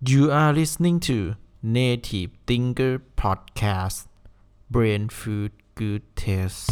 You are listening to Native Thinker Podcast Brain Food Good Taste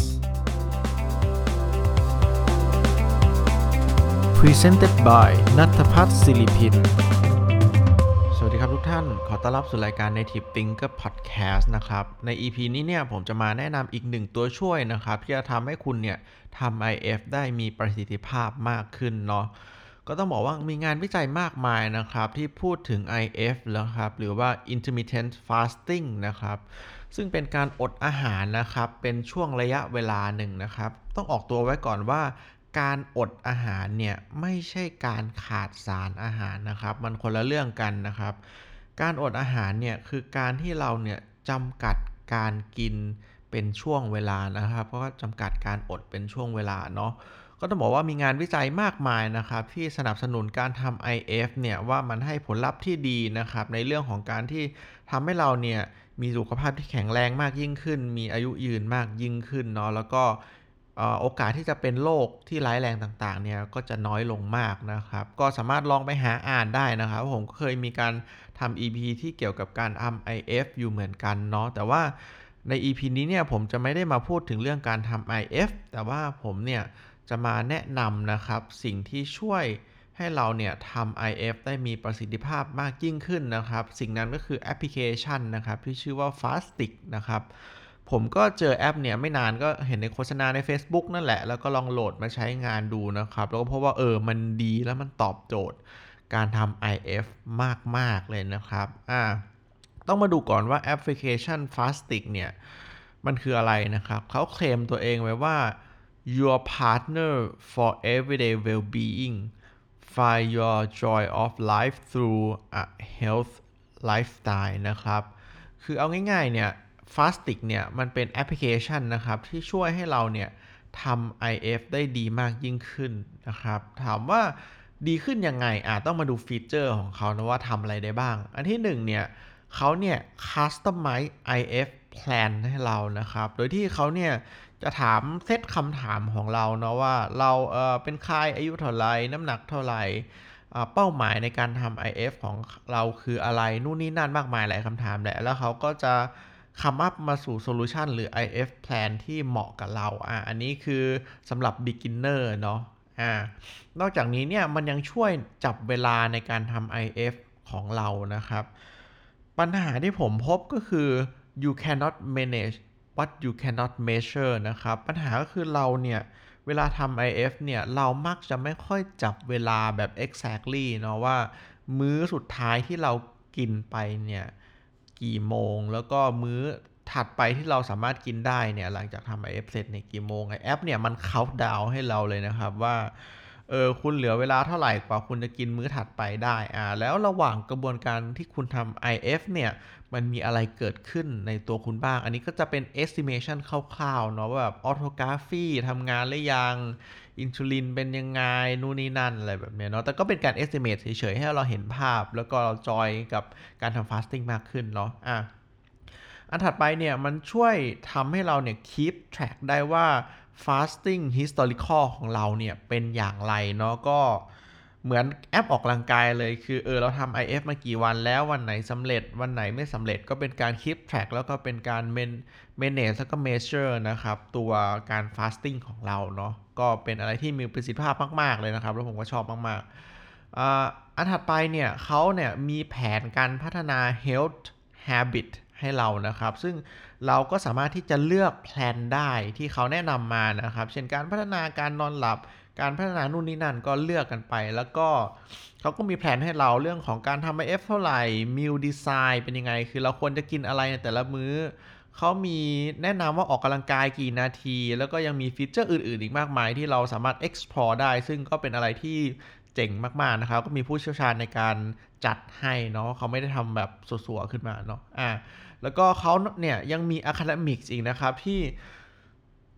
Presented by ณัฐพัฒน์ศิริพินสวัสดีครับทุกท่านขอต้อนรับสู่รายการ Native Thinker Podcast นะครับใน EP นี้เนี่ยผมจะมาแนะนำอีกหนึ่งตัวช่วยนะครับที่จะทำให้คุณเนี่ยทำ IF ได้มีประสิทธิภาพมากขึ้นเนาะก็ต้องบอกว่ามีงานวิจัยมากมายนะครับที่พูดถึง IF แล้วครับหรือว่า intermittent fasting นะครับซึ่งเป็นการอดอาหารนะครับเป็นช่วงระยะเวลาหนึ่งนะครับต้องออกตัวไว้ก่อนว่าการอดอาหารเนี่ยไม่ใช่การขาดสารอาหารนะครับมันคนละเรื่องกันนะครับการอดอาหารเนี่ยคือการที่เราเนี่ยจำกัดการกินเป็นช่วงเวลานะครับเพราะว่าจำกัดการอดเป็นช่วงเวลาเนาะก็ต้องบอกว่ามีงานวิจัยมากมายนะครับที่สนับสนุนการทำ IF เนี่ยว่ามันให้ผลลัพธ์ที่ดีนะครับในเรื่องของการที่ทำให้เราเนี่ยมีสุขภาพที่แข็งแรงมากยิ่งขึ้นมีอายุยืนมากยิ่งขึ้นเนาะแล้วก็โอกาสที่จะเป็นโรคที่ร้ายแรงต่างๆเนี่ยก็จะน้อยลงมากนะครับก็สามารถลองไปหาอ่านได้นะครับผมเคยมีการทำ EP ที่เกี่ยวกับการทำ IF อยู่เหมือนกันเนาะแต่ว่าใน EP นี้เนี่ยผมจะไม่ได้มาพูดถึงเรื่องการทำ IF แต่ว่าผมเนี่ยจะมาแนะนำนะครับสิ่งที่ช่วยให้เราเนี่ยทำ IF ได้มีประสิทธิภาพมากยิ่งขึ้นนะครับสิ่งนั้นก็คือแอปพลิเคชันนะครับที่ชื่อว่า Fastic นะครับผมก็เจอแอปเนี่ยไม่นานก็เห็นในโฆษณาใน Facebook นั่นแหละแล้วก็ลองโหลดมาใช้งานดูนะครับแล้วก็พบว่ามันดีแล้วมันตอบโจทย์การทำ IF มากๆเลยนะครับต้องมาดูก่อนว่าแอปพลิเคชัน Fastic เนี่ยมันคืออะไรนะครับเขาเคลมตัวเองไว้ว่า your partner for everyday well-being find your joy of life through a health lifestyle นะครับคือเอาง่ายๆเนี่ย Fastic เนี่ยมันเป็นแอปพลิเคชันนะครับที่ช่วยให้เราเนี่ยทำ IF ได้ดีมากยิ่งขึ้นนะครับถามว่าดีขึ้นยังไงต้องมาดูฟีเจอร์ของเขานะว่าทำอะไรได้บ้างอันที่หนึ่งเนี่ยเขาเนี่ย customize IF plan ให้เรานะครับโดยที่เขาเนี่ยจะถามเซตคำถามของเราเนาะว่าเราเป็นใครอายุเท่าไรน้ำหนักเท่าไหร่เป้าหมายในการทำ IF ของเราคืออะไรนู่นนี่นั่นมากมายหลายคำถามแหละแล้วเขาก็จะคำอัพมาสู่โซลูชันหรือ IF plan ที่เหมาะกับเราอันนี้คือสำหรับ beginner เนาะนอกจากนี้เนี่ยมันยังช่วยจับเวลาในการทำ IF ของเรานะครับปัญหาที่ผมพบก็คือ you cannot manage what you cannot measure นะครับปัญหาก็คือเราเนี่ยเวลาทำ IF เนี่ยเรามักจะไม่ค่อยจับเวลาแบบ exactly เนาะว่ามื้อสุดท้ายที่เรากินไปเนี่ยกี่โมงแล้วก็มื้อถัดไปที่เราสามารถกินได้เนี่ยหลังจากทำ IF เสร็จในกี่โมงไอแอปเนี่ยมันเคาน์ดาวน์ให้เราเลยนะครับว่าคุณเหลือเวลาเท่าไหร่กว่าคุณจะกินมื้อถัดไปได้แล้วระหว่างกระบวนการที่คุณทำ IF เนี่ยมันมีอะไรเกิดขึ้นในตัวคุณบ้างอันนี้ก็จะเป็น estimation คร่าวๆเนาะว่าแบบออโทกราฟีทำงานหรือยังอินซูลินเป็นยังไงนู่นนี่นั่นอะไรแบบนี้เนาะแต่ก็เป็นการ estimate เฉยๆให้เราเห็นภาพแล้วก็เราจอยกับการทำ fasting มากขึ้นเนาะอันถัดไปเนี่ยมันช่วยทำให้เราเนี่ย keep track ได้ว่า fasting historical ของเราเนี่ยเป็นอย่างไรเนาะก็เหมือนแอปออกกำลังกายเลยคือเราทำ IF มากี่วันแล้ววันไหนสำเร็จวันไหนไม่สำเร็จก็เป็นการ keep track แล้วก็เป็นการ manage แล้วก็ measure นะครับตัวการ fasting ของเราเนาะก็เป็นอะไรที่มีประสิทธิภาพมากๆเลยนะครับแล้วผมก็ชอบมากๆอันถัดไปเนี่ยเขาเนี่ยมีแผนการพัฒนา health habit ให้เรานะครับซึ่งเราก็สามารถที่จะเลือกแพลนได้ที่เขาแนะนำมานะครับเช่นการพัฒนาการนอนหลับการพัฒนานู่นนี่นั่นก็เลือกกันไปแล้วก็เขาก็มีแผนให้เราเรื่องของการทำ IF เท่าไหร่ meal design เป็นยังไงคือเราควรจะกินอะไรในแต่ละมื้อเขามีแนะนำว่าออกกำลังกายกี่นาทีแล้วก็ยังมีฟีเจอร์อื่นๆอีกมากมายที่เราสามารถ explore ได้ซึ่งก็เป็นอะไรที่เจ๋งมากๆนะครับก็มีผู้เชี่ยวชาญในการจัดให้เนาะเขาไม่ได้ทำแบบสัวๆขึ้นมาเนาะแล้วก็เขาเนี่ยยังมี academics อีกนะครับที่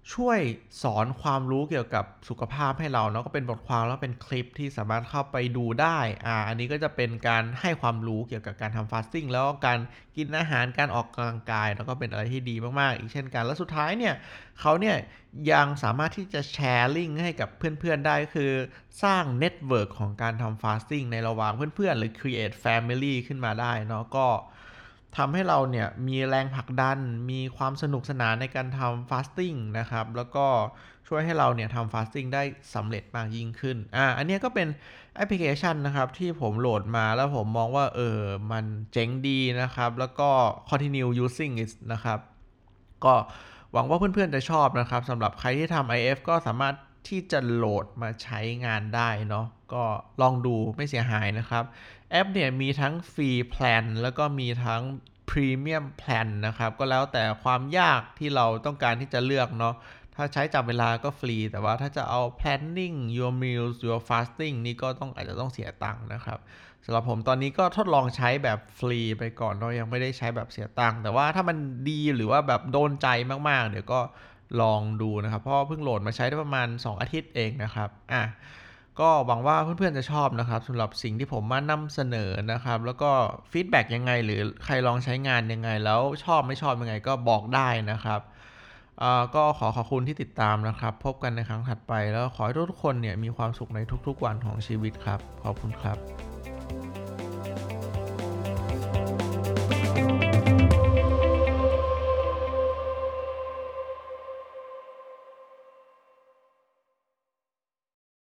ช่วยสอนความรู้เกี่ยวกับสุขภาพให้เราเนาะก็เป็นบทความแล้วเป็นคลิปที่สามารถเข้าไปดูได้อันนี้ก็จะเป็นการให้ความรู้เกี่ยวกับการทำฟาสติ้งแล้วก็การกินอาหารการออกกำลังกายแล้วก็เป็นอะไรที่ดีมากๆอีกเช่นกันแล้วสุดท้ายเนี่ยเขาเนี่ยยังสามารถที่จะแชร์ลิงก์ให้กับเพื่อนๆได้คือสร้างเน็ตเวิร์กของการทำฟาสติ้งในระหว่างเพื่อนๆหรือ create family ขึ้นมาได้เนาะก็ทำให้เราเนี่ยมีแรงผลักดันมีความสนุกสนานในการทำฟาสติ้งนะครับแล้วก็ช่วยให้เราเนี่ยทำฟาสติ้งได้สำเร็จมากยิ่งขึ้นอันนี้ก็เป็นแอปพลิเคชันนะครับที่ผมโหลดมาแล้วผมมองว่ามันเจ๋งดีนะครับแล้วก็ continue using it นะครับก็หวังว่าเพื่อนๆจะชอบนะครับสำหรับใครที่ทำ IF ก็สามารถที่จะโหลดมาใช้งานได้เนาะก็ลองดูไม่เสียหายนะครับแอปเนี่ยมีทั้งฟรีแพลนแล้วก็มีทั้งพรีเมียมแพลนนะครับก็แล้วแต่ความยากที่เราต้องการที่จะเลือกเนาะถ้าใช้จับเวลาก็ฟรีแต่ว่าถ้าจะเอา planning your meals your fasting นี่ก็อาจจะต้องเสียตังค์นะครับสำหรับผมตอนนี้ก็ทดลองใช้แบบฟรีไปก่อนเนาะยังไม่ได้ใช้แบบเสียตังค์แต่ว่าถ้ามันดีหรือว่าแบบโดนใจมากๆเดี๋ยวก็ลองดูนะครับเพราะเพิ่งโหลดมาใช้ได้ประมาณ2อาทิตย์เองนะครับก็หวังว่าเพื่อนๆจะชอบนะครับสำหรับสิ่งที่ผมมานำเสนอนะครับแล้วก็ฟีดแบ็กยังไงหรือใครลองใช้งานยังไงแล้วชอบไม่ชอบยังไงก็บอกได้นะครับก็ขอบคุณที่ติดตามนะครับพบกันในครั้งถัดไปแล้วขอให้ทุกคนเนี่ยมีความสุขในทุกๆวันของชีวิตครับขอบคุณครับ